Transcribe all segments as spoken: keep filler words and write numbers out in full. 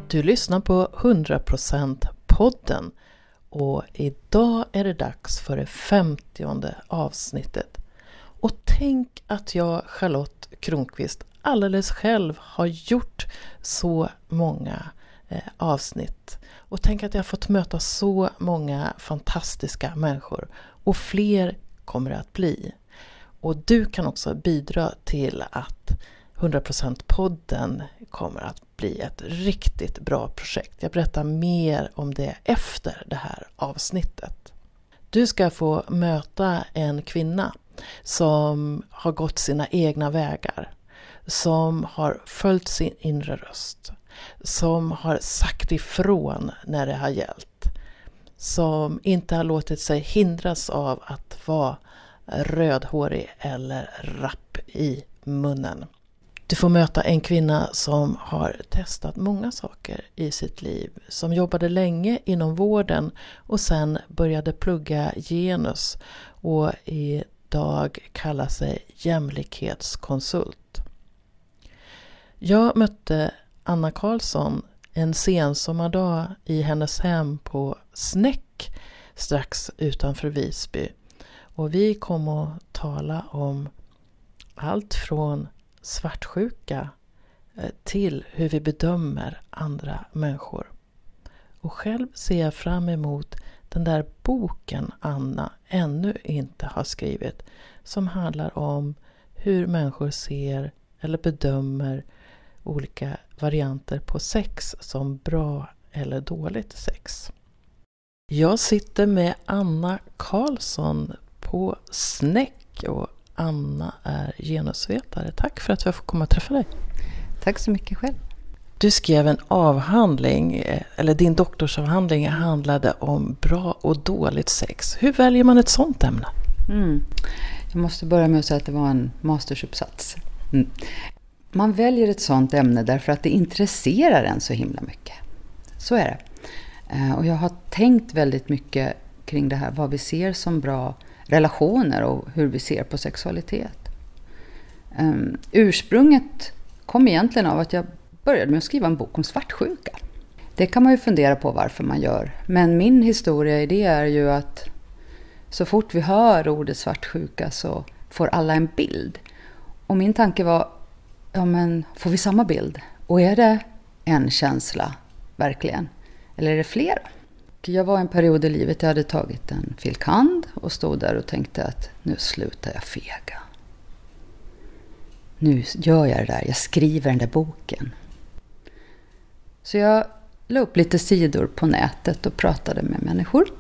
Du lyssnar på hundra procent podden och idag är det dags för det femtionde avsnittet. Och tänk att jag, Charlotte Kronqvist, alldeles själv har gjort så många eh, avsnitt. Och tänk att jag har fått möta så många fantastiska människor och fler kommer det att bli. Och du kan också bidra till att hundra procent podden kommer att bli ett riktigt bra projekt. Jag berättar mer om det efter det här avsnittet. Du ska få möta en kvinna som har gått sina egna vägar. Som har följt sin inre röst. Som har sagt ifrån när det har gällt. Som inte har låtit sig hindras av att vara rödhårig eller rapp i munnen. Du får möta en kvinna som har testat många saker i sitt liv. Som jobbade länge inom vården och sen började plugga genus och idag kallar sig jämlikhetskonsult. Jag mötte Anna Karlsson en sensommardag i hennes hem på Snäck strax utanför Visby. Och vi kom att tala om allt från svartsjuka till hur vi bedömer andra människor. Och själv ser jag fram emot den där boken Anna ännu inte har skrivit som handlar om hur människor ser eller bedömer olika varianter på sex som bra eller dåligt sex. Jag sitter med Anna Karlsson på Snäck och Anna är genusvetare. Tack för att jag får komma och träffa dig. Tack så mycket själv. Du skrev en avhandling, eller din doktorsavhandling handlade om bra och dåligt sex. Hur väljer man ett sånt ämne? Mm. Jag måste börja med att säga att det var en mastersuppsats. Mm. Man väljer ett sånt ämne därför att det intresserar en så himla mycket. Så är det. Och jag har tänkt väldigt mycket kring det här, vad vi ser som bra relationer och hur vi ser på sexualitet. Um, ursprunget kom egentligen av att jag började med att skriva en bok om svartsjuka. Det kan man ju fundera på varför man gör. Men min historia i det är ju att så fort vi hör ordet svartsjuka så får alla en bild. Och min tanke var, ja men får vi samma bild? Och är det en känsla verkligen? Eller är det flera? Jag var en period i livet, jag hade tagit en filkand och stod där och tänkte att nu slutar jag fega. Nu gör jag det där, jag skriver den där boken. Så jag la upp lite sidor på nätet och pratade med människor.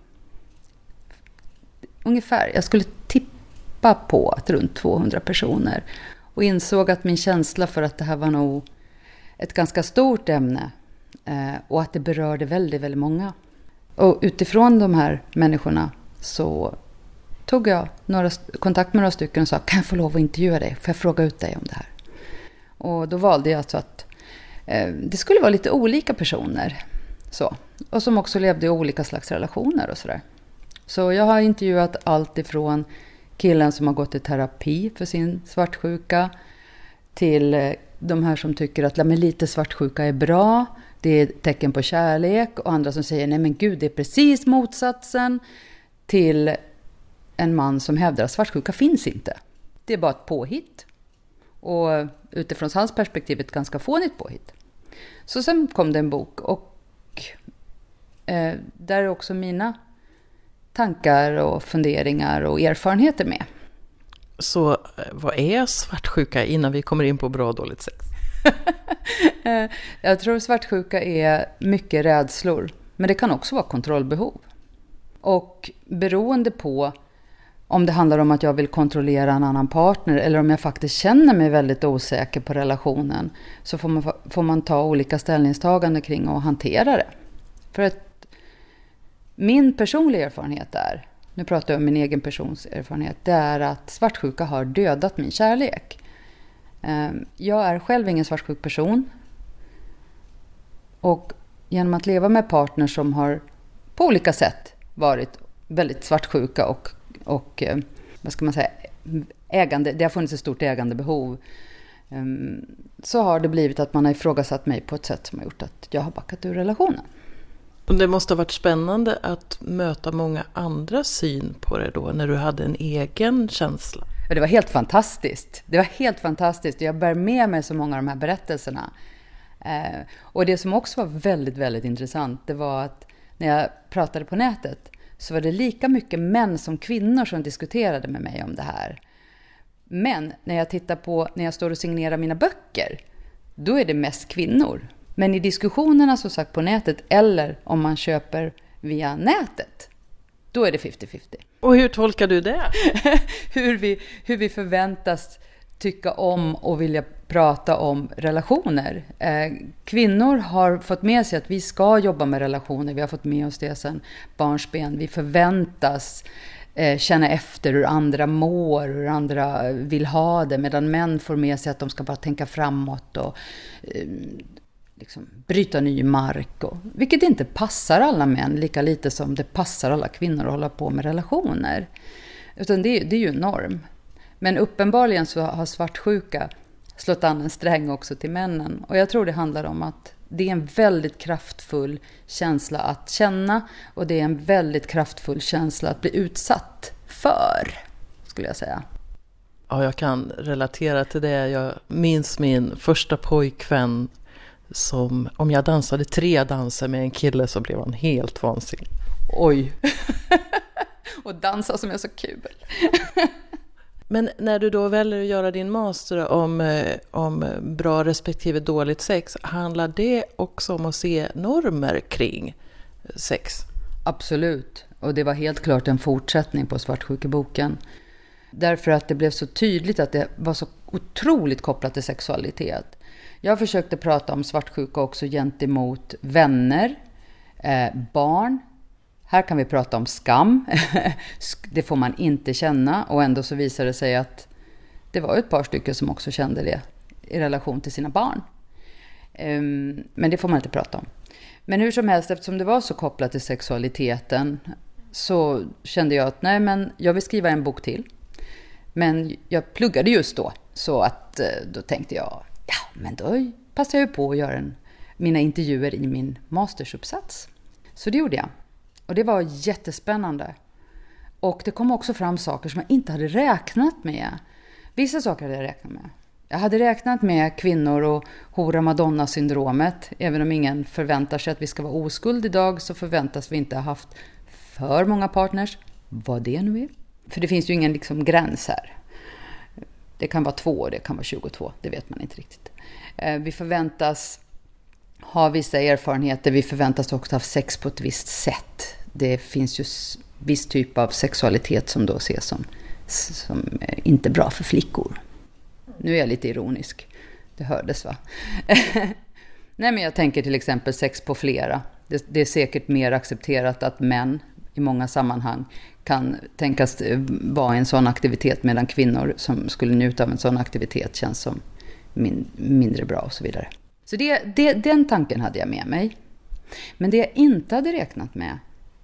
Ungefär, jag skulle tippa på att runt tvåhundra personer. Och insåg att min känsla för att det här var nog ett ganska stort ämne. Eh, och att det berörde väldigt, väldigt många. Och utifrån de här människorna så tog jag några, kontakt med några stycken och sa, kan jag få lov att intervjua dig? Får jag fråga ut dig om det här? Och då valde jag alltså att eh, det skulle vara lite olika personer. Så. Och som också levde i olika slags relationer och sådär. Så jag har intervjuat allt ifrån killen som har gått i terapi för sin svartsjuka till eh, de här som tycker att men lite svartsjuka är bra. Det är ett tecken på kärlek och andra som säger nej men gud det är precis motsatsen till en man som hävdar att svartsjuka finns inte. Det är bara ett påhitt och utifrån hans perspektiv ett ganska fånigt påhitt. Så sen kom det en bok och eh, där är också mina tankar och funderingar och erfarenheter med. Så vad är svartsjuka innan vi kommer in på bra och dåligt sex? Jag tror svartsjuka är mycket rädslor. Men det kan också vara kontrollbehov. Och beroende på om det handlar om att jag vill kontrollera en annan partner eller om jag faktiskt känner mig väldigt osäker på relationen så får man, får man ta olika ställningstaganden kring och hantera det. För att min personliga erfarenhet är, nu pratar jag om min egen persons erfarenhet, det är att svartsjuka har dödat min kärlek. Jag är själv ingen svartsjuk person. Och genom att leva med partner som har på olika sätt varit väldigt svartsjuka och, och vad ska man säga, ägande, det har funnits ett stort ägandebehov. så har det blivit att man har ifrågasatt mig på ett sätt som har gjort att jag har backat ur relationen. Det måste ha varit spännande att möta många andra syn på det då, när du hade en egen känsla. Det var helt fantastiskt. Det var helt fantastiskt. Jag bär med mig så många av de här berättelserna. Eh, och det som också var väldigt, väldigt intressant, det var att när jag pratade på nätet så var det lika mycket män som kvinnor som diskuterade med mig om det här. Men när jag tittar på, när jag står och signerar mina böcker, då är det mest kvinnor. Men i diskussionerna som sagt på nätet, eller om man köper via nätet, då är det femtio femtio. Och hur tolkar du det? hur, vi, hur vi förväntas tycka om och vilja prata om relationer. Eh, kvinnor har fått med sig att vi ska jobba med relationer. Vi har fått med oss det sedan barnsben. Vi förväntas eh, känna efter hur andra mår, hur andra vill ha det. Medan män får med sig att de ska bara tänka framåt och eh, liksom bryta ny mark. Och, vilket inte passar alla män lika lite som det passar alla kvinnor att hålla på med relationer. Utan det, det är ju en norm. Men uppenbarligen så har svartsjuka slått an en sträng också till männen. Och jag tror det handlar om att det är en väldigt kraftfull känsla att känna. Och det är en väldigt kraftfull känsla att bli utsatt för, skulle jag säga. Ja, jag kan relatera till det. Jag minns min första pojkvän som, om jag dansade tre danser med en kille så blev han helt vansinnig. Oj. Och dansa som är så kul. Men när du då väljer att göra din master om, om bra respektive dåligt sex, handlar det också om att se normer kring sex? Absolut. Och det var helt klart en fortsättning på Svartsjukeboken. Därför att det blev så tydligt att det var så otroligt kopplat till sexualitet. Jag försökte prata om svartsjuka också gentemot vänner, eh, barn. Här kan vi prata om skam. Det får man inte känna. Och ändå så visar det sig att det var ett par stycken som också kände det i relation till sina barn. Um, men det får man inte prata om. Men hur som helst, eftersom det var så kopplat till sexualiteten så kände jag att nej, men jag vill skriva en bok till. Men jag pluggade just då. Så att då tänkte jag, ja men då passar jag ju på att göra en, mina intervjuer i min mastersuppsats. Så det gjorde jag. Och det var jättespännande. Och det kom också fram saker som jag inte hade räknat med. Vissa saker hade jag räknat med. Jag hade räknat med kvinnor och hora Madonna-syndromet. Även om ingen förväntar sig att vi ska vara oskuld idag så förväntas vi inte ha haft för många partners. Vad det nu är. För det finns ju ingen liksom gräns här. Det kan vara två, det kan vara tjugotvå. Det vet man inte riktigt. Vi förväntas ha vissa erfarenheter. Vi förväntas också ha sex på ett visst sätt. Det finns ju viss typ av sexualitet som då ses som, som inte bra för flickor. Nu är jag lite ironisk. Det hördes va? Nej, men jag tänker till exempel sex på flera. Det, det är säkert mer accepterat att män i många sammanhang kan tänkas vara en sån aktivitet medan kvinnor som skulle njuta av en sån aktivitet känns som min, mindre bra och så vidare. Så det, det, den tanken hade jag med mig. Men det jag inte hade räknat med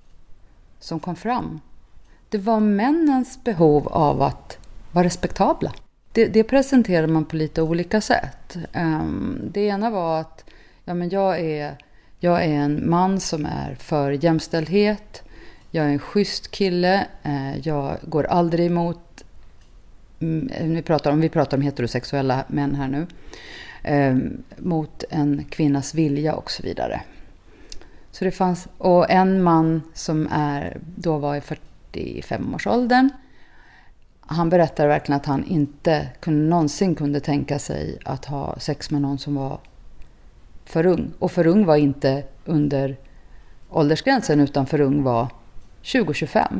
som kom fram, det var männens behov av att vara respektabla. Det, det presenterar man på lite olika sätt. Um, det ena var att ja, men jag, är, jag är en man som är för jämställdhet. Jag är en schysst kille. Uh, jag går aldrig emot, um, vi pratar om, vi pratar om heterosexuella män här nu. Um, mot en kvinnas vilja och så vidare. Så det fanns, och en man som är, då var i fyrtiofem-årsåldern. Han berättade verkligen att han inte kunde, någonsin kunde tänka sig att ha sex med någon som var för ung. Och för ung var inte under åldersgränsen utan för ung var tjugo till tjugofem.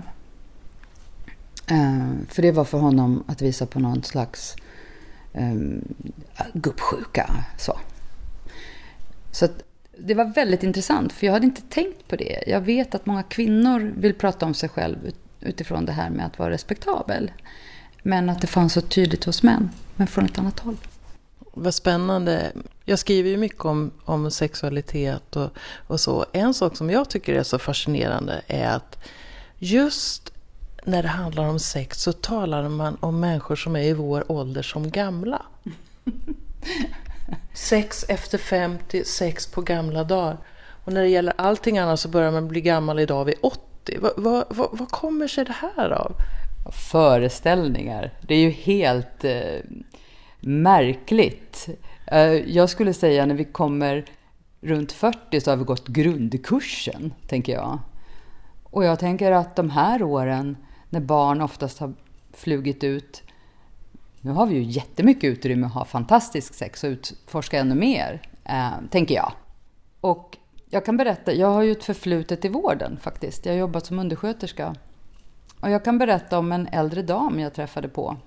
Um, för det var för honom att visa på någon slags um, gubbsjuka. Så, så att det var väldigt intressant för jag hade inte tänkt på det. Jag vet att många kvinnor vill prata om sig själv utifrån det här med att vara respektabel. Men att det fanns så tydligt hos män, men från ett annat håll. Vad spännande. Jag skriver ju mycket om, om sexualitet och, och så. En sak som jag tycker är så fascinerande är att just när det handlar om sex så talar man om människor som är i vår ålder som gamla. Sex efter femtio, sex på gamla dagar. Och när det gäller allting annat så börjar man bli gammal idag vid åttio. Vad, vad, vad, vad kommer sig det här av? Föreställningar. Det är ju helt eh, märkligt. Eh, jag skulle säga när vi kommer runt fyrtio så har vi gått grundkursen, tänker jag. Och jag tänker att de här åren när barn oftast har flugit ut, nu har vi ju jättemycket utrymme att ha fantastisk sex och utforska ännu mer, eh, tänker jag. Och jag kan berätta, jag har ju ett förflutet i vården faktiskt. Jag har jobbat som undersköterska. Och jag kan berätta om en äldre dam jag träffade på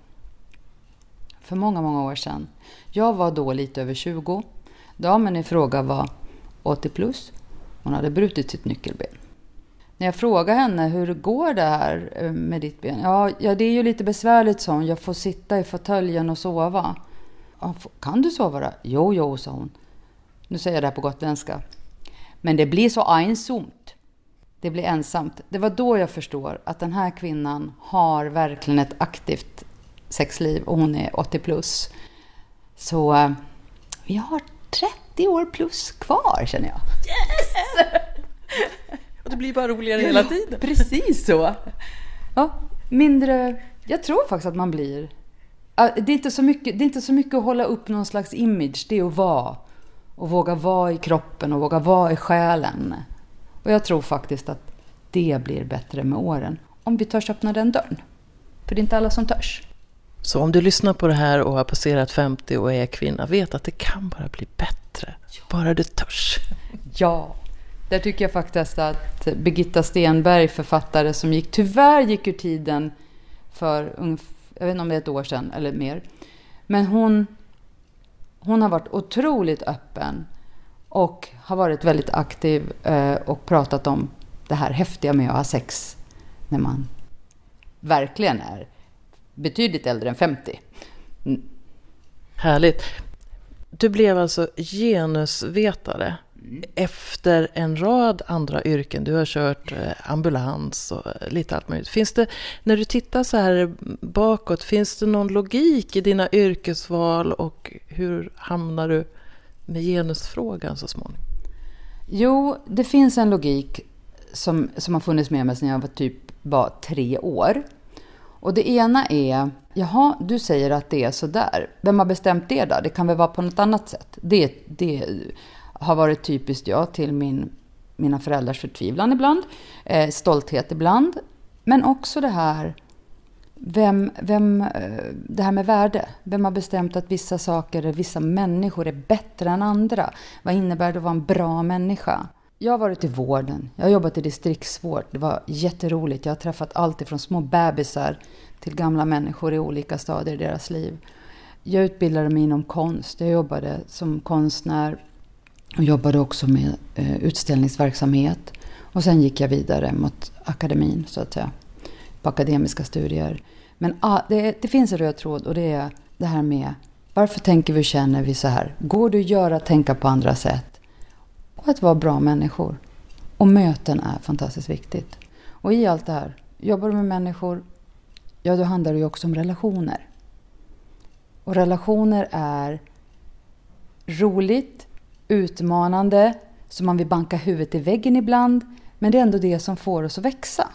för många, många år sedan. Jag var då lite över tjugo. Damen i fråga var åttio plus. Hon hade brutit sitt nyckelben. När jag frågade henne, hur går det här med ditt ben? Ja, ja det är ju lite besvärligt, sa hon. Jag får sitta i fåtöljen och sova. Ja, kan du sova då? Jo, jo, sa hon. Nu säger jag det här på gotländska. Men det blir så ensamt. Det blir ensamt. Det var då jag förstår att den här kvinnan har verkligen ett aktivt sexliv. Och hon är åttio plus. Så äh, vi har trettio år plus kvar, känner jag. Yes! Och det blir bara roligare hela tiden. Ja, precis så. Ja, mindre... Jag tror faktiskt att man blir... Det är, inte så mycket, det är inte så mycket att hålla upp någon slags image. Det är att vara. Och våga vara i kroppen och våga vara i själen. Och jag tror faktiskt att det blir bättre med åren. Om vi törs öppna den dörren. För det är inte alla som törs. Så om du lyssnar på det här och har passerat femtio och är kvinna, vet att det kan bara bli bättre. Bara du törs. Ja, där tycker jag faktiskt att Birgitta Stenberg, författare som gick, tyvärr gick ur tiden för, jag vet inte om det är ett år sedan eller mer. Men hon, hon har varit otroligt öppen och har varit väldigt aktiv och pratat om det här häftiga med att ha sex när man verkligen är betydligt äldre än femtio. Mm. Härligt. Du blev alltså genusvetare mm. efter en rad andra yrken. Du har kört ambulans och lite allt möjligt. Finns det, när du tittar så här bakåt, finns det någon logik i dina yrkesval och hur hamnar du med genusfrågan så småningom? Jo, det finns en logik som, som har funnits med mig sedan jag var typ var tre år. Och det ena är, jaha, du säger att det är så där. Vem har bestämt det då? Det kan väl vara på något annat sätt. Det, det har varit typiskt jag till min, mina föräldrars förtvivlan ibland. Eh, stolthet ibland. Men också det här, vem, vem, det här med värde. Vem har bestämt att vissa saker, vissa människor är bättre än andra? Vad innebär det att vara en bra människa? Jag har varit i vården. Jag har jobbat i distriktsvård. Det var jätteroligt. Jag har träffat allt ifrån små bebisar till gamla människor i olika stadier i deras liv. Jag utbildade mig inom konst. Jag jobbade som konstnär och jobbade också med eh, utställningsverksamhet. Och sen gick jag vidare mot akademin, så att säga, på akademiska studier. Men ah, det, det finns en röd tråd, och det är det här med varför tänker vi och känner vi så här? Går det att göra, tänka på andra sätt? Och att vara bra människor. Och möten är fantastiskt viktigt. Och i allt det här, jobbar du med människor, ja, då handlar det ju också om relationer. Och relationer är roligt, utmanande, så man vill banka huvudet i väggen ibland. Men det är ändå det som får oss att växa.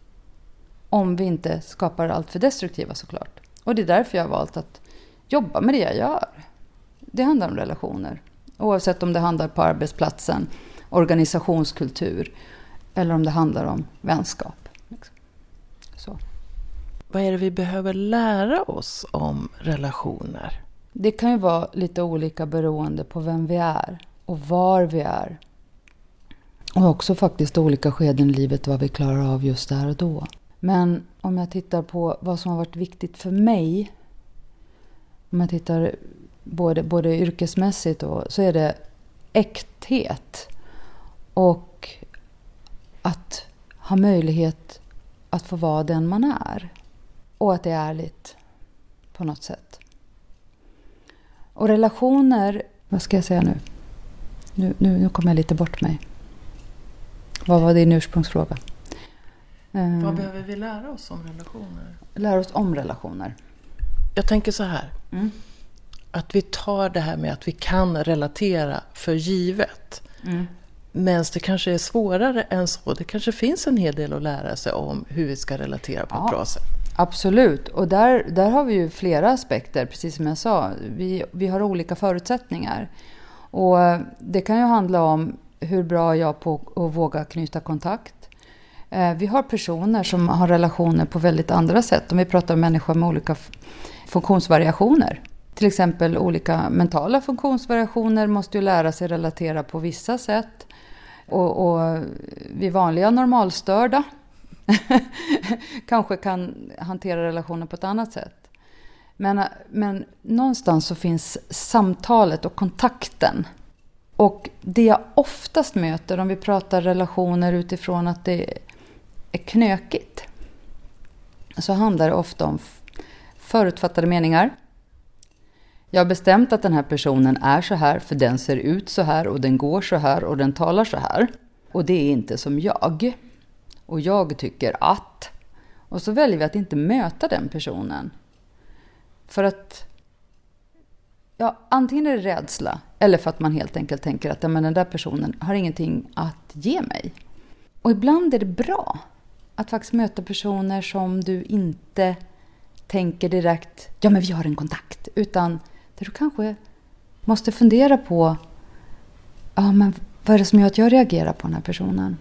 Om vi inte skapar allt för destruktiva, såklart. Och det är därför jag har valt att jobba med det jag gör. Det handlar om relationer. Oavsett om det handlar på arbetsplatsen, organisationskultur, eller om det handlar om vänskap. Så. Vad är det vi behöver lära oss om relationer? Det kan ju vara lite olika beroende på vem vi är och var vi är. Och också faktiskt olika skeden i livet vad vi klarar av just där och då. Men om jag tittar på vad som har varit viktigt för mig, om jag tittar både, både yrkesmässigt och, så är det äkthet och att ha möjlighet att få vara den man är. Och att det är ärligt på något sätt. Och relationer, vad ska jag säga nu? Nu, nu, nu kommer jag lite bort mig. Vad var din ursprungsfråga? Vad behöver vi lära oss om relationer? Lära oss om relationer. Jag tänker så här. Mm. att vi tar det här med att vi kan relatera för givet. Mm. Men det kanske är svårare än så. Det kanske finns en hel del att lära sig om hur vi ska relatera på ja, ett bra sätt. Absolut. Och där, där har vi ju flera aspekter, precis som jag sa. Vi, vi har olika förutsättningar. Och det kan ju handla om hur bra jag är på att våga knyta kontakt. Eh, vi har personer som har relationer på väldigt andra sätt. Om vi pratar om människor med olika f- funktionsvariationer. Till exempel olika mentala funktionsvariationer måste ju lära sig relatera på vissa sätt. Och, och vi vanliga normalstörda kanske kan hantera relationer på ett annat sätt. Men, men någonstans så finns samtalet och kontakten. Och det jag oftast möter om vi pratar relationer utifrån att det är knökigt, så handlar det ofta om förutfattade meningar. Jag har bestämt att den här personen är så här för den ser ut så här och den går så här och den talar så här. Och det är inte som jag. Och jag tycker att. Och så väljer vi att inte möta den personen. För att, ja, antingen är det rädsla eller för att man helt enkelt tänker att ja, men den där personen har ingenting att ge mig. Och ibland är det bra att faktiskt möta personer som du inte tänker direkt, ja men vi har en kontakt. Utan där du kanske måste fundera på, ja men vad är det som gör att jag reagerar på den här personen?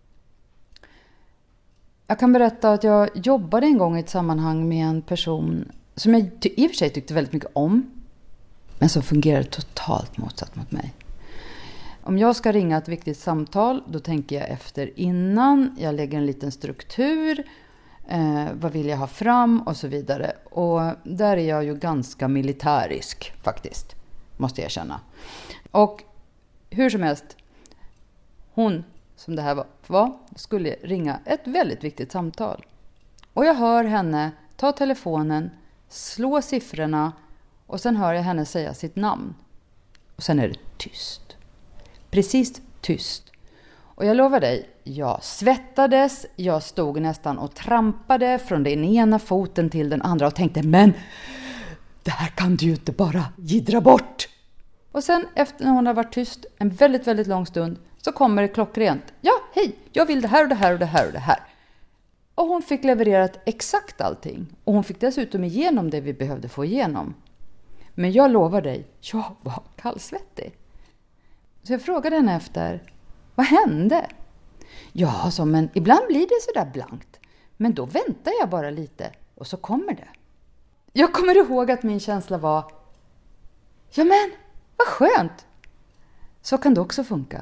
Jag kan berätta att jag jobbade en gång i ett sammanhang med en person som jag i och för sig tyckte väldigt mycket om, men som fungerade totalt motsatt mot mig. Om jag ska ringa ett viktigt samtal, då tänker jag efter innan. Jag lägger en liten struktur. Eh, vad vill jag ha fram och så vidare. Och där är jag ju ganska militärisk faktiskt, måste jag erkänna. Och hur som helst, hon som det här var, var skulle ringa ett väldigt viktigt samtal. Och jag hör henne ta telefonen, slå siffrorna och sen hör jag henne säga sitt namn. Och sen är det tyst. Precis tyst. Och jag lovar dig, jag svettades, jag stod nästan och trampade från den ena foten till den andra och tänkte, men det här kan du ju inte bara gidra bort. Och sen efter när hon har varit tyst en väldigt, väldigt lång stund så kommer det klockrent. Ja, hej, jag vill det här och det här och det här och det här. Och hon fick levererat exakt allting. Och hon fick dessutom igenom det vi behövde få igenom. Men jag lovar dig, jag var kallsvettig. Så jag frågade henne efter, vad hände? Ja, alltså, men ibland blir det så där blankt. Men då väntar jag bara lite och så kommer det. Jag kommer ihåg att min känsla var, ja men, vad skönt. Så kan det också funka.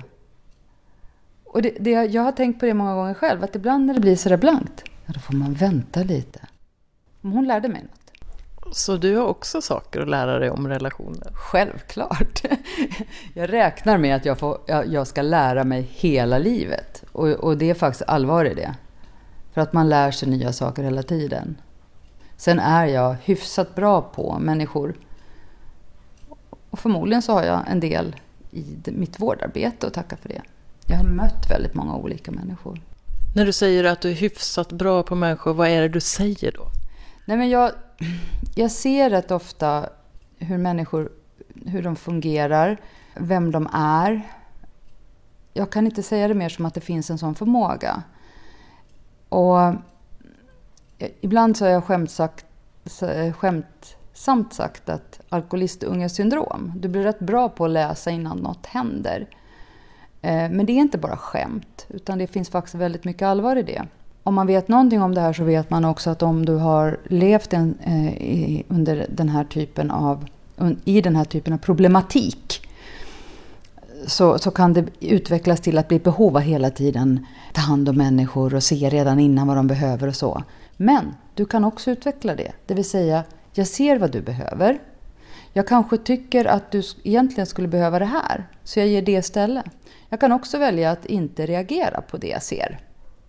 Och det, det, jag har tänkt på det många gånger själv, att ibland när det blir så där blankt, ja, då får man vänta lite. Men hon lärde mig något. Så du har också saker att lära dig om relationer? Självklart. Jag räknar med att jag, får, jag, jag ska lära mig hela livet. Och, och det är faktiskt allvar i det. För att man lär sig nya saker hela tiden. Sen är jag hyfsat bra på människor. Och förmodligen så har jag en del i mitt vårdarbete att tacka för det. Jag har mött väldigt många olika människor. När du säger att du är hyfsat bra på människor, vad är det du säger då? Nej, men jag, jag ser rätt ofta hur människor, hur de fungerar, vem de är. Jag kan inte säga det mer som att det finns en sån förmåga. Och ibland så har jag skämt sagt, skämtsamt sagt att alkoholistungesyndrom. Du blir rätt bra på att läsa innan något händer. Men det är inte bara skämt, utan det finns faktiskt väldigt mycket allvar i det. Om man vet någonting om det här så vet man också att om du har levt en, eh, i, under den här typen av, un, i den här typen av problematik så, så kan det utvecklas till att bli behov av hela tiden ta hand om människor och se redan innan vad de behöver och så. Men du kan också utveckla det, det vill säga jag ser vad du behöver. Jag kanske tycker att du egentligen skulle behöva det här, så jag ger det istället. Jag kan också välja att inte reagera på det jag ser.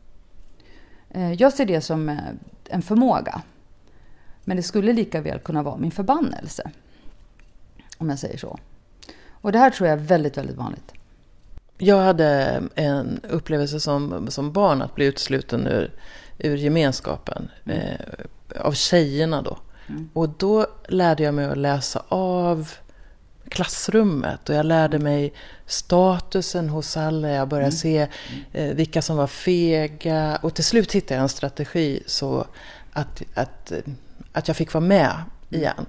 Jag ser det som en förmåga. Men det skulle lika väl kunna vara min förbannelse. Om jag säger så. Och det här tror jag är väldigt, väldigt vanligt. Jag hade en upplevelse som, som barn att bli utsluten ur, ur gemenskapen. Mm. Eh, av tjejerna då. Mm. Och då lärde jag mig att läsa av klassrummet och jag lärde mig statusen hos alla. Jag började mm. se eh, vilka som var fega och till slut hittade jag en strategi så att, att, att jag fick vara med igen.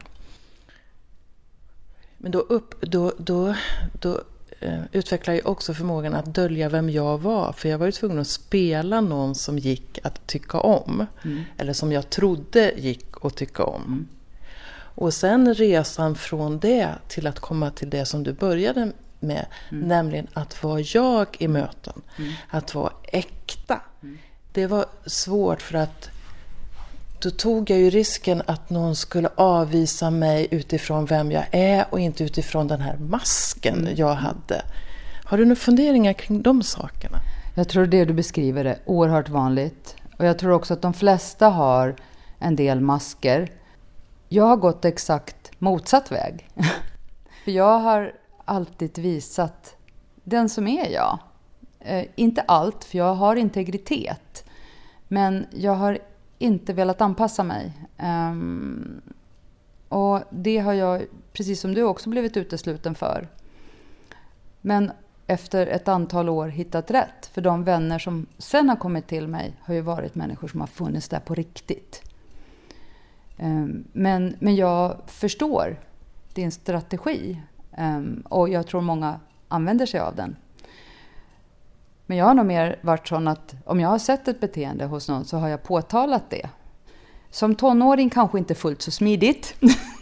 Men då, upp, då, då, då eh, utvecklade jag också förmågan att dölja vem jag var. För jag var ju tvungen att spela någon som gick att tycka om. Mm. Eller som jag trodde gick att tycka om. Mm. Och sen resan från det till att komma till det som du började med. Mm. Nämligen att vara jag i möten. Mm. Att vara äkta. Mm. Det var svårt för att då tog jag ju risken att någon skulle avvisa mig utifrån vem jag är och inte utifrån den här masken mm. jag hade. Har du några funderingar kring de sakerna? Jag tror det du beskriver är oerhört vanligt. Och jag tror också att de flesta har en del masker. Jag har gått exakt motsatt väg. För jag har alltid visat den som är jag. Eh, inte allt, för jag har integritet. Men jag har inte velat anpassa mig. Um, och det har jag, precis som du, också blivit utesluten för. Men efter ett antal år hittat rätt. För de vänner som sen har kommit till mig har ju varit människor som har funnits där på riktigt. Um, men, men jag förstår din strategi. Um, och jag tror många använder sig av den. Men jag har nog mer varit sån att om jag har sett ett beteende hos någon så har jag påtalat det. Som tonåring kanske inte fullt så smidigt.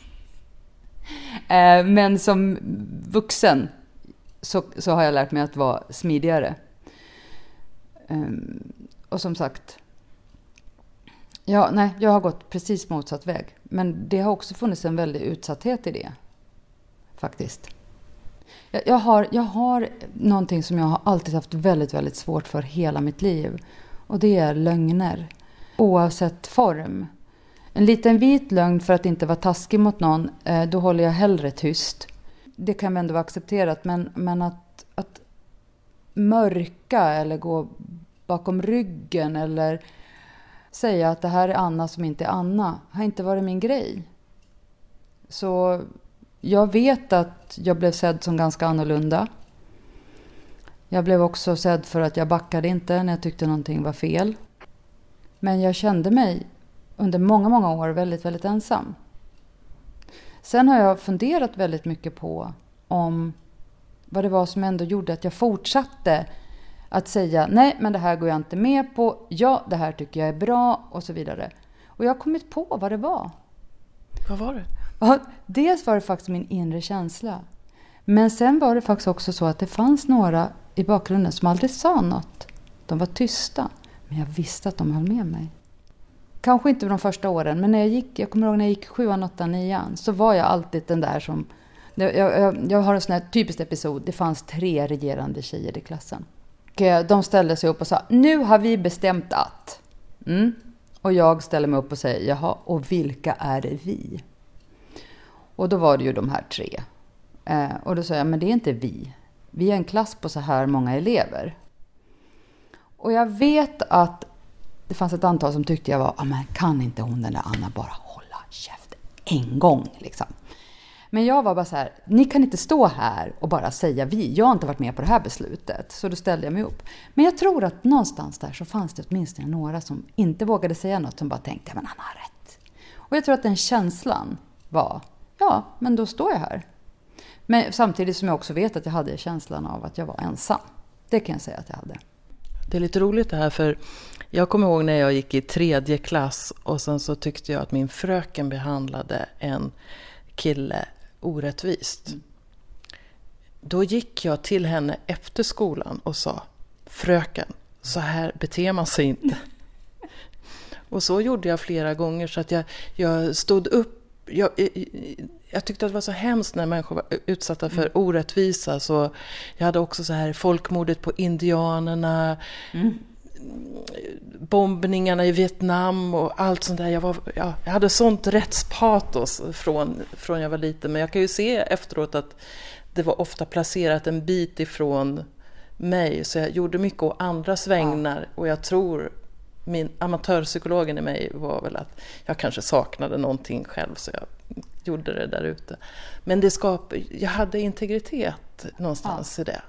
Men som vuxen så, så har jag lärt mig att vara smidigare. Och som sagt, ja, nej, jag har gått precis motsatt väg. Men det har också funnits en väldig utsatthet i det. Faktiskt. Jag har, jag har någonting som jag har alltid haft väldigt, väldigt svårt för hela mitt liv. Och det är lögner. Oavsett form. En liten vit lögn för att inte vara taskig mot någon, då håller jag hellre tyst. Det kan ändå vara accepterat. Men, men att, att mörka eller gå bakom ryggen eller säga att det här är Anna som inte är Anna har inte varit min grej. Så jag vet att jag blev sedd som ganska annorlunda. Jag blev också sedd för att jag backade inte när jag tyckte någonting var fel. Men jag kände mig under många, många år väldigt, väldigt ensam. Sen har jag funderat väldigt mycket på om vad det var som ändå gjorde att jag fortsatte att säga nej, men det här går jag inte med på. Ja, det här tycker jag är bra och så vidare. Och jag har kommit på vad det var. Vad var det? Ja, dels var det faktiskt min inre känsla. Men sen var det faktiskt också så att det fanns några i bakgrunden som aldrig sa något. De var tysta. Men jag visste att de höll med mig. Kanske inte de första åren. Men när jag gick, jag kommer ihåg när jag gick sjuan, åttan, nian. Så var jag alltid den där som... Jag, jag, jag har en sån här typisk episod. Det fanns tre regerande tjejer i klassen. Och de ställde sig upp och sa, nu har vi bestämt att. Mm. Och jag ställer mig upp och säger, jaha, och vilka är det vi? Och då var det ju de här tre. Eh, och då sa jag, men det är inte vi. Vi är en klass på så här många elever. Och jag vet att det fanns ett antal som tyckte jag var, ah, men kan inte hon den där Anna bara hålla käften en gång liksom. Men jag var bara så här, ni kan inte stå här och bara säga vi. Jag har inte varit med på det här beslutet. Så då ställde jag mig upp. Men jag tror att någonstans där så fanns det åtminstone några som inte vågade säga något. Som bara tänkte, men han har rätt. Och jag tror att den känslan var, ja, men då står jag här. Men samtidigt som jag också vet att jag hade känslan av att jag var ensam. Det kan jag säga att jag hade. Det är lite roligt det här, för jag kommer ihåg när jag gick i tredje klass och sen så tyckte jag att min fröken behandlade en kille orättvist. Mm. Då gick jag till henne efter skolan och sa, fröken, så här beter man sig inte. Och så gjorde jag flera gånger, så att jag, jag stod upp. Jag, jag tyckte att det var så hemskt när människor var utsatta för mm. orättvisa. Så jag hade också så här folkmordet på indianerna, mm. bombningarna i Vietnam och allt sånt där. Jag, var, ja, jag hade sånt rättspatos från, från jag var liten. Men jag kan ju se efteråt att det var ofta placerat en bit ifrån mig. Så jag gjorde mycket å andras vägnar. Ja. Och jag tror min amatörpsykologen i mig var väl att jag kanske saknade någonting själv så jag gjorde det där ute. Men det skap, jag hade integritet någonstans ja. i det.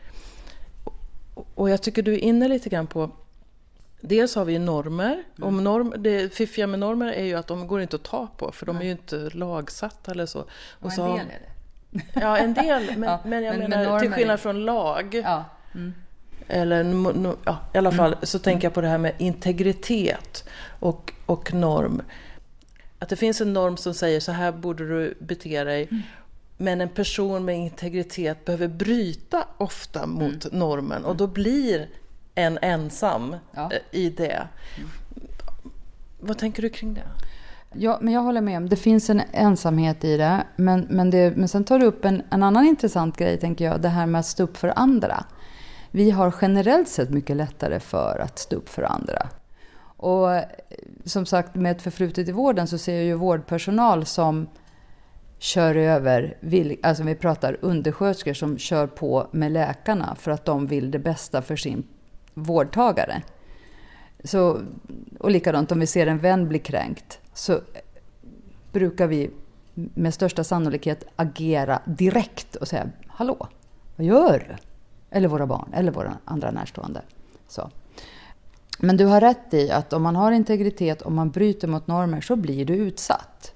Och, och jag tycker du är inne lite grann på, dels har vi normer. Mm. Om norm, det fiffiga med normer är ju att de går inte att ta på för de är ju inte lagsatta eller så. Och, och så en del är det. Ja, en del. Men, ja, men jag men, menar men till skillnad från lag. Ja. Mm. Eller no, ja, i alla fall mm. så tänker jag på det här med integritet och, och norm. Att det finns en norm som säger så här borde du bete dig. Mm. Men en person med integritet behöver bryta ofta mot mm. normen. Och då blir en ensam ja. i det. Mm. Vad tänker du kring det? Ja, men jag håller med om det finns en ensamhet i det. Men, men, det, men sen tar du upp en, en annan intressant grej, tänker jag. Det här med att stå upp för andra. Vi har generellt sett mycket lättare för att stå upp för andra. Och som sagt, med ett förflutet i vården så ser jag ju vårdpersonal som kör över, alltså vi pratar undersköterskor som kör på med läkarna för att de vill det bästa för sin vårdtagare. Så, och likadant om vi ser en vän bli kränkt så brukar vi med största sannolikhet agera direkt och säga, hallå, vad gör du? Eller våra barn, eller våra andra närstående. Så. Men du har rätt i att om man har integritet, om man bryter mot normer så blir du utsatt.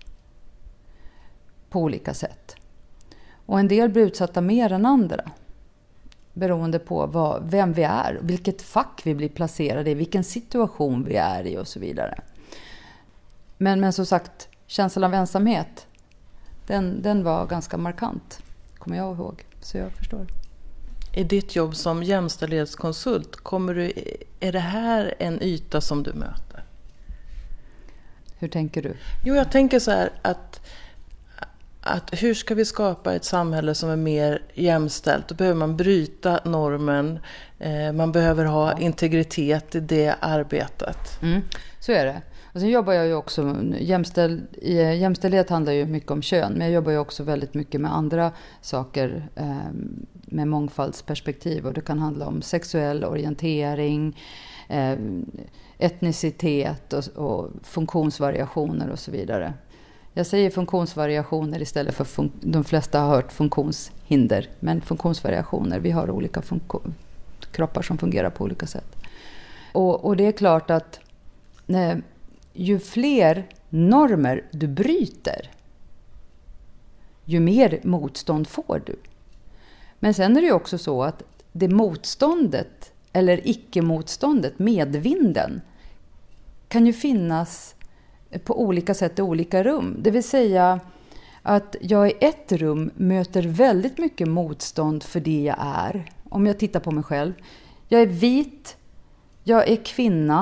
På olika sätt. Och en del blir utsatta mer än andra. Beroende på vad, vem vi är, vilket fack vi blir placerade i, vilken situation vi är i och så vidare. Men, men som sagt, känslan av ensamhet, den, den var ganska markant, kommer jag ihåg. Så jag förstår. I ditt jobb som jämställdhetskonsult, kommer du, är det här en yta som du möter? Hur tänker du? Jo, jag tänker så här att, att hur ska vi skapa ett samhälle som är mer jämställt? Då behöver man bryta normen, eh, man behöver ha ja. integritet i det arbetet. Mm, så är det. Och sen jobbar jag ju också, jämställd, jämställdhet handlar ju mycket om kön, men jag jobbar ju också väldigt mycket med andra saker eh, med mångfaldsperspektiv. Och det kan handla om sexuell orientering, eh, etnicitet och, och funktionsvariationer och så vidare. Jag säger funktionsvariationer istället för fun- de flesta har hört funktionshinder, men funktionsvariationer, vi har olika fun- kroppar som fungerar på olika sätt. Och, och det är klart att nej, ju fler normer du bryter, ju mer motstånd får du. Men sen är det ju också så att det motståndet eller icke-motståndet, medvinden, kan ju finnas på olika sätt i olika rum. Det vill säga att jag i ett rum möter väldigt mycket motstånd för det jag är. Om jag tittar på mig själv. Jag är vit, jag är kvinna,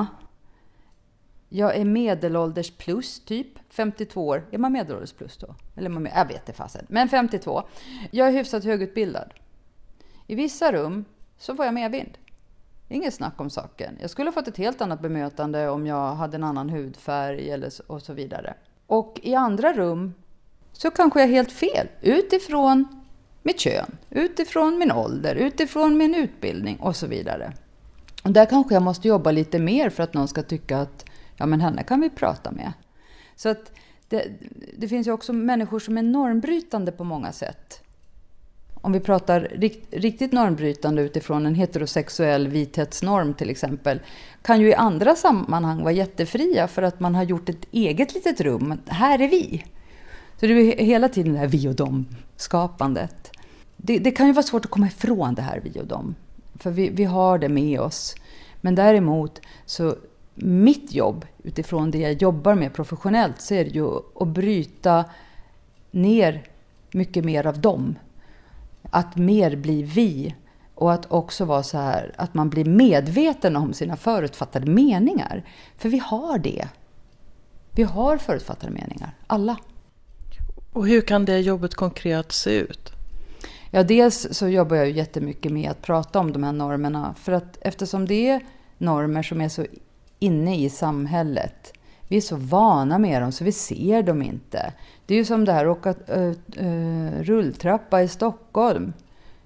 jag är medelålders plus typ, femtiotvå år. Är man medelålders plus då? Eller man, jag vet inte fasen. Men femtiotvå. Jag är hyfsat högutbildad. I vissa rum så får jag medvind. Inget snack om saken. Jag skulle ha fått ett helt annat bemötande om jag hade en annan hudfärg eller så, och så vidare. Och i andra rum så kanske jag är helt fel. Utifrån mitt kön, utifrån min ålder, utifrån min utbildning och så vidare. Och där kanske jag måste jobba lite mer för att någon ska tycka att ja, men henne kan vi prata med. Så att det, det finns ju också människor som är normbrytande på många sätt. Om vi pratar rikt, riktigt normbrytande utifrån en heterosexuell vithetsnorm till exempel, kan ju i andra sammanhang vara jättefria för att man har gjort ett eget litet rum. Här är vi. Så det är hela tiden det här vi och dem-skapandet. Det, det kan ju vara svårt att komma ifrån det här vi och dem. För vi, vi har det med oss. Men däremot så mitt jobb utifrån det jag jobbar med professionellt så är det ju att bryta ner mycket mer av dem. Att mer bli vi och att också vara så här att man blir medveten om sina förutfattade meningar. För vi har det. Vi har förutfattade meningar, alla. Och hur kan det jobbet konkret se ut? Ja, dels så jobbar jag ju jättemycket med att prata om de här normerna. För att eftersom det är normer som är så inne i samhället. Vi är så vana med dem så vi ser dem inte. Det är ju som det här att åka äh, äh, rulltrappa i Stockholm.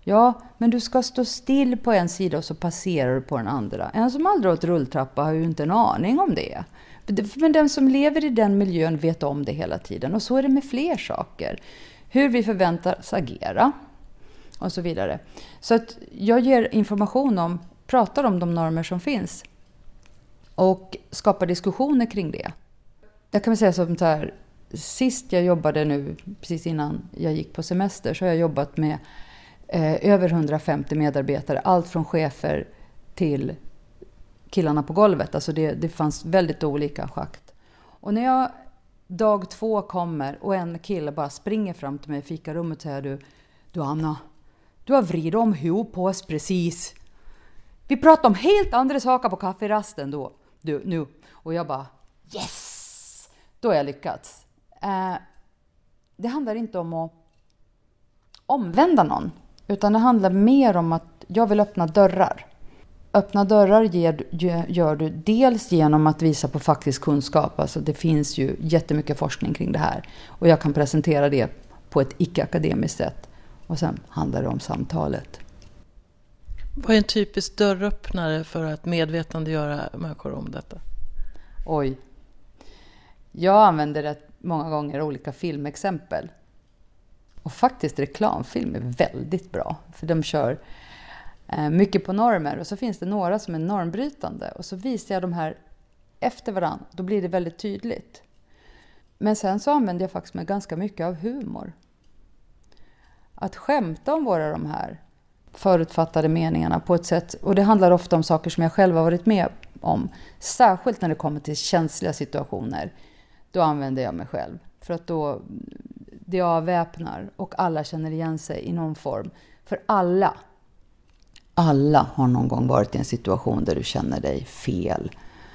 Ja, men du ska stå still på en sida och så passerar du på den andra. En som aldrig har åt rulltrappa har ju inte en aning om det. Men den som lever i den miljön vet om det hela tiden. Och så är det med fler saker. Hur vi förväntas agera och så vidare. Så att jag ger information om, pratar om de normer som finns. Och skapar diskussioner kring det. Jag kan väl säga som så här, sist jag jobbade nu, precis innan jag gick på semester, så har jag jobbat med eh, över hundrafemtio medarbetare. Allt från chefer till killarna på golvet. Alltså det, det fanns väldigt olika schakt. Och när jag dag två kommer och en kille bara springer fram till mig i fikarummet och säger du, du Anna, du har vridit om huvudet på oss precis. Vi pratar om helt andra saker på kafferasten då. Du, nu. Och jag bara, yes! Då har jag lyckats. Eh, det handlar inte om att omvända någon. Utan det handlar mer om att jag vill öppna dörrar. Öppna dörrar ger, gör du dels genom att visa på faktisk kunskap. Alltså det finns ju jättemycket forskning kring det här. Och jag kan presentera det på ett icke-akademiskt sätt. Och sen handlar det om samtalet. Vad är en typisk dörröppnare för att medvetandegöra människor om detta? Oj. Jag använder rätt många gånger olika filmexempel. Och faktiskt reklamfilm är väldigt bra. För de kör eh, mycket på normer. Och så finns det några som är normbrytande. Och så visar jag de här efter varandra. Då blir det väldigt tydligt. Men sen så använder jag faktiskt med ganska mycket av humor. Att skämta om våra de här förutfattade meningarna på ett sätt. Och det handlar ofta om saker som jag själv har varit med om. Särskilt när det kommer till känsliga situationer. Då använder jag mig själv. För att då det avväpnar och alla känner igen sig i någon form. För alla, alla har någon gång varit i en situation där du känner dig fel.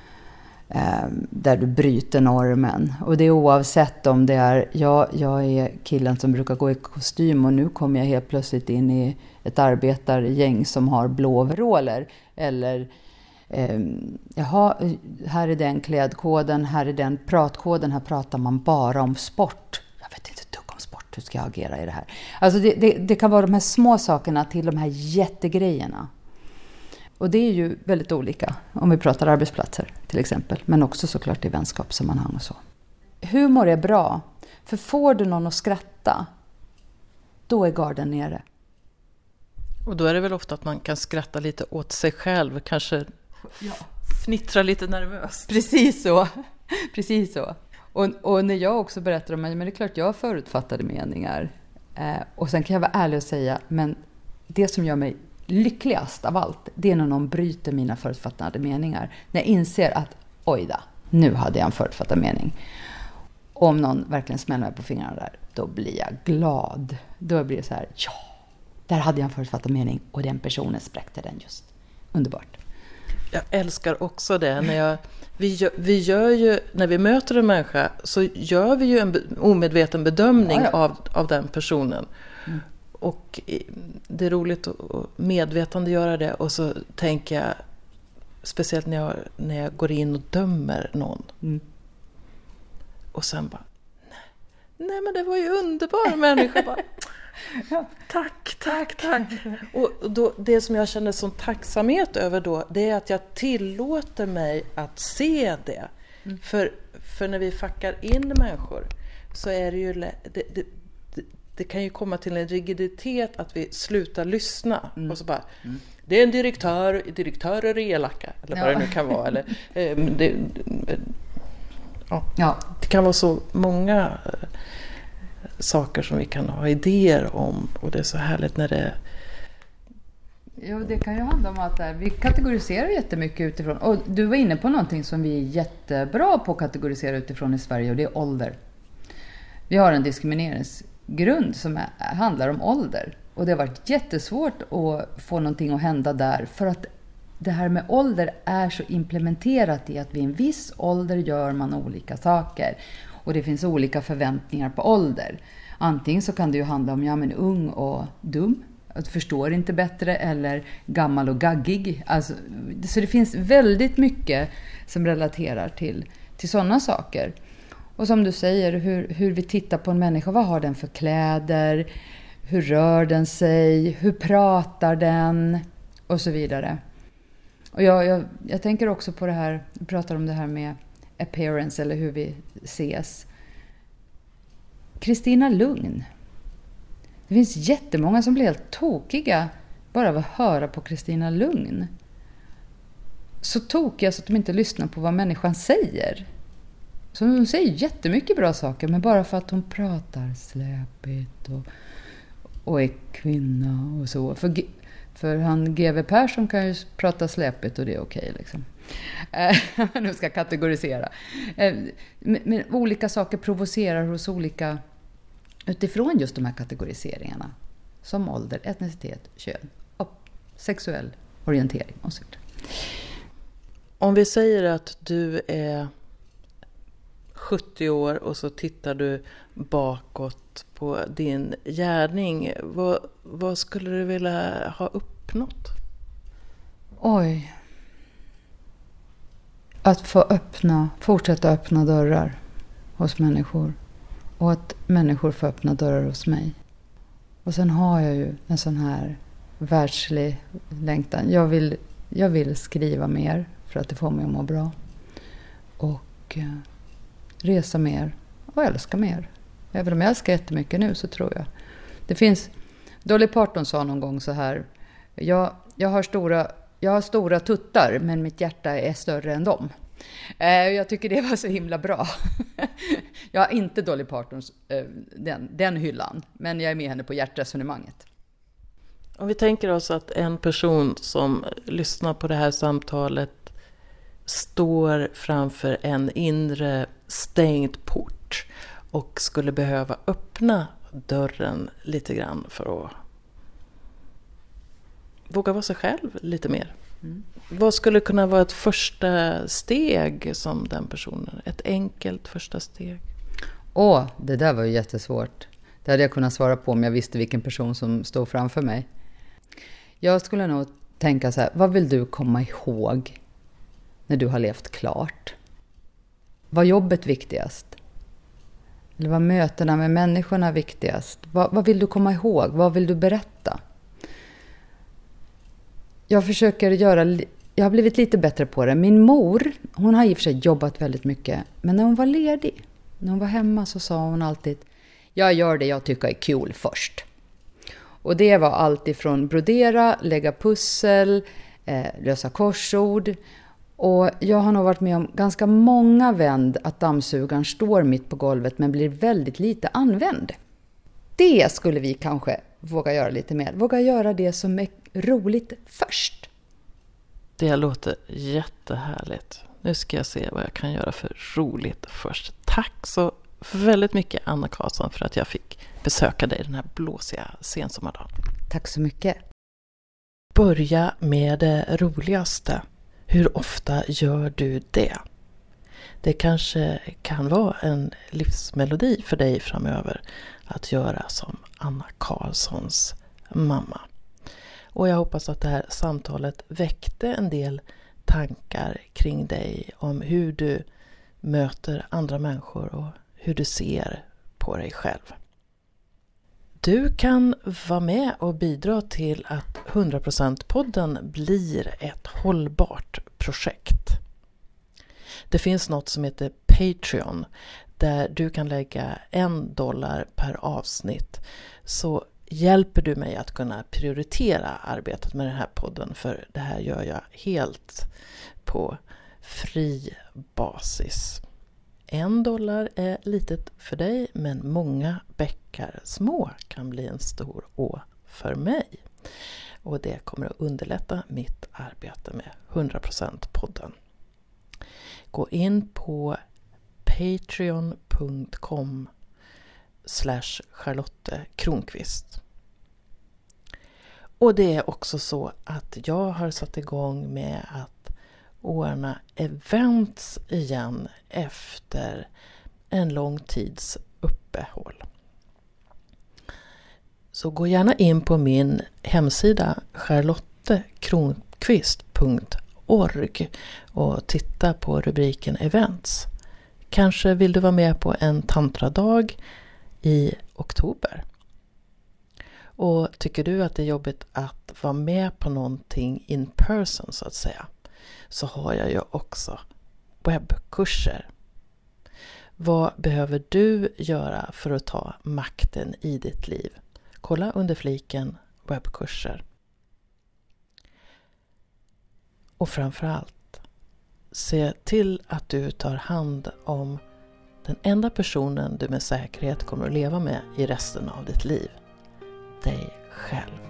Eh, där du bryter normen. Och det är oavsett om det är, ja, jag är killen som brukar gå i kostym och nu kommer jag helt plötsligt in i ett arbetargäng som har blå overaller. Eller eh, jaha, här är den klädkoden, här är den pratkoden, här pratar man bara om sport. Jag vet inte dugg om sport, hur ska jag agera i det här? Alltså det, det, det kan vara de här små sakerna till de här jättegrejerna. Och det är ju väldigt olika om vi pratar arbetsplatser till exempel. Men också såklart i vänskapssammanhang och så. Humor är bra. För får du någon att skratta, då är garden nere. Och då är det väl ofta att man kan skratta lite åt sig själv. Kanske ja. fnittra lite nervöst. Precis så. Precis så. Och, och när jag också berättar om mig, men det är klart jag har förutfattade meningar. Eh, och sen kan jag vara ärlig och säga, men det som gör mig lyckligast av allt, det är när någon bryter mina förutfattade meningar. När jag inser att, oj då, nu hade jag en förutfattad mening. Och om någon verkligen smäller mig på fingrarna där, då blir jag glad. Då blir det så här, ja, där hade jag en förutfattad mening och den personen spräckte den just. Underbart. Jag älskar också det. När jag, vi, gör, vi gör ju, när vi möter en människa så gör vi ju en omedveten bedömning ja, ja. Av, av den personen. Mm. Och det är roligt att medvetandegöra det. Och så tänker jag, speciellt när jag, när jag går in och dömer någon. Mm. Och sen bara, nej, nej men det var ju underbar människa. Bara, ja. Tack, tack, tack. Och då, det som jag känner som tacksamhet över då, det är att jag tillåter mig att se det. Mm. För, för när vi fuckar in människor så är det ju... Det, det, Det kan ju komma till en rigiditet att vi slutar lyssna. Mm. Och så bara, mm. det är en direktör, direktörer är elaka. Eller ja. Vad det nu kan vara. Eller, eh, det, ja. Ja. det kan vara så många eh, saker som vi kan ha idéer om. Och det är så härligt när det... Ja, det kan ju handla om att vi kategoriserar jättemycket utifrån. Och du var inne på någonting som vi är jättebra på att kategorisera utifrån i Sverige. Och det är ålder. Vi har en diskriminerings grund som är, handlar om ålder. Och det har varit jättesvårt att få någonting att hända där. För att det här med ålder är så implementerat i att vid en viss ålder gör man olika saker. Och det finns olika förväntningar på ålder. Antingen så kan det ju handla om ja, men ung och dum. Att förstår inte bättre. Eller gammal och gaggig. Alltså, så det finns väldigt mycket som relaterar till, till sådana saker. Och som du säger, hur, hur vi tittar på en människa. Vad har den för kläder? Hur rör den sig? Hur pratar den? Och så vidare. Och jag, jag, jag tänker också på det här, jag pratar om det här med appearance eller hur vi ses. Kristina Lugn. Det finns jättemånga som blir helt tokiga bara av att höra på Kristina Lugn. Så tokiga så att de inte lyssnar på vad människan säger. Så hon säger jättemycket bra saker, men bara för att hon pratar släpigt och, och är kvinna och så. För, för han G W Persson kan ju prata släpigt och det är okej liksom. Nu ska jag kategorisera. Men, men olika saker provocerar hos olika utifrån just de här kategoriseringarna. Som ålder, etnicitet, kön och sexuell orientering och så vidare. Om vi säger att du är sjuttio år och så tittar du bakåt på din gärning. Vad, vad skulle du vilja ha uppnått? Oj. Att få öppna, fortsätta öppna dörrar hos människor. Och att människor får öppna dörrar hos mig. Och sen har jag ju en sån här världslig längtan. Jag vill, jag vill skriva mer för att det får mig att må bra. Och eh, resa mer och älska mer. Även om jag älskar jättemycket nu så tror jag. Det finns, Dolly Parton sa någon gång så här. Jag, jag, har stora, jag har stora tuttar men mitt hjärta är större än dem. Eh, jag tycker det var så himla bra. Jag har inte Dolly Partons eh, den, den hyllan. Men jag är med henne på hjärtresonemanget. Om vi tänker oss att en person som lyssnar på det här samtalet står framför en inre stängd port och skulle behöva öppna dörren lite grann för att våga vara sig själv lite mer. Mm. Vad skulle kunna vara ett första steg som den personen? Ett enkelt första steg? Åh, det där var ju jättesvårt. Det hade jag kunnat svara på om jag visste vilken person som stod framför mig. Jag skulle nog tänka så här, vad vill du komma ihåg när du har levt klart? Var jobbet viktigast? Eller var mötena med människorna viktigast? Vad, vad vill du komma ihåg? Vad vill du berätta? Jag försöker göra, jag har blivit lite bättre på det. Min mor, hon har i och för sig jobbat väldigt mycket. Men när hon var ledig, när hon var hemma så sa hon alltid, jag gör det jag tycker är kul först. Och det var allt ifrån brodera, lägga pussel, eh, lösa korsord. Och jag har nog varit med om ganska många vänd att dammsugaren står mitt på golvet men blir väldigt lite använd. Det skulle vi kanske våga göra lite mer. Våga göra det som är roligt först. Det låter jättehärligt. Nu ska jag se vad jag kan göra för roligt först. Tack så väldigt mycket Anna Karlsson för att jag fick besöka dig den här blåsiga sensommardagen. Tack så mycket. Börja med det roligaste. Hur ofta gör du det? Det kanske kan vara en livsmelodi för dig framöver att göra som Anna Karlssons mamma. Och jag hoppas att det här samtalet väckte en del tankar kring dig om hur du möter andra människor och hur du ser på dig själv. Du kan vara med och bidra till att hundra procent-podden blir ett hållbart projekt. Det finns något som heter Patreon där du kan lägga en dollar per avsnitt, så hjälper du mig att kunna prioritera arbetet med den här podden, för det här gör jag helt på fri basis. En dollar är litet för dig, men många bäckar små kan bli en stor å för mig. Och det kommer att underlätta mitt arbete med hundra procent-podden. Gå in på patreon punkt com slash Charlotte Kronqvist. Och det är också så att jag har satt igång med att ordna events igen efter en lång tids uppehåll. Så gå gärna in på min hemsida charlotte kronqvist punkt org och titta på rubriken events. Kanske vill du vara med på en tantradag i oktober. Och tycker du att det är jobbigt att vara med på någonting in person så att säga, så har jag ju också webbkurser. Vad behöver du göra för att ta makten i ditt liv? Kolla under fliken webbkurser. Och framförallt, se till att du tar hand om den enda personen du med säkerhet kommer att leva med i resten av ditt liv. Dig själv.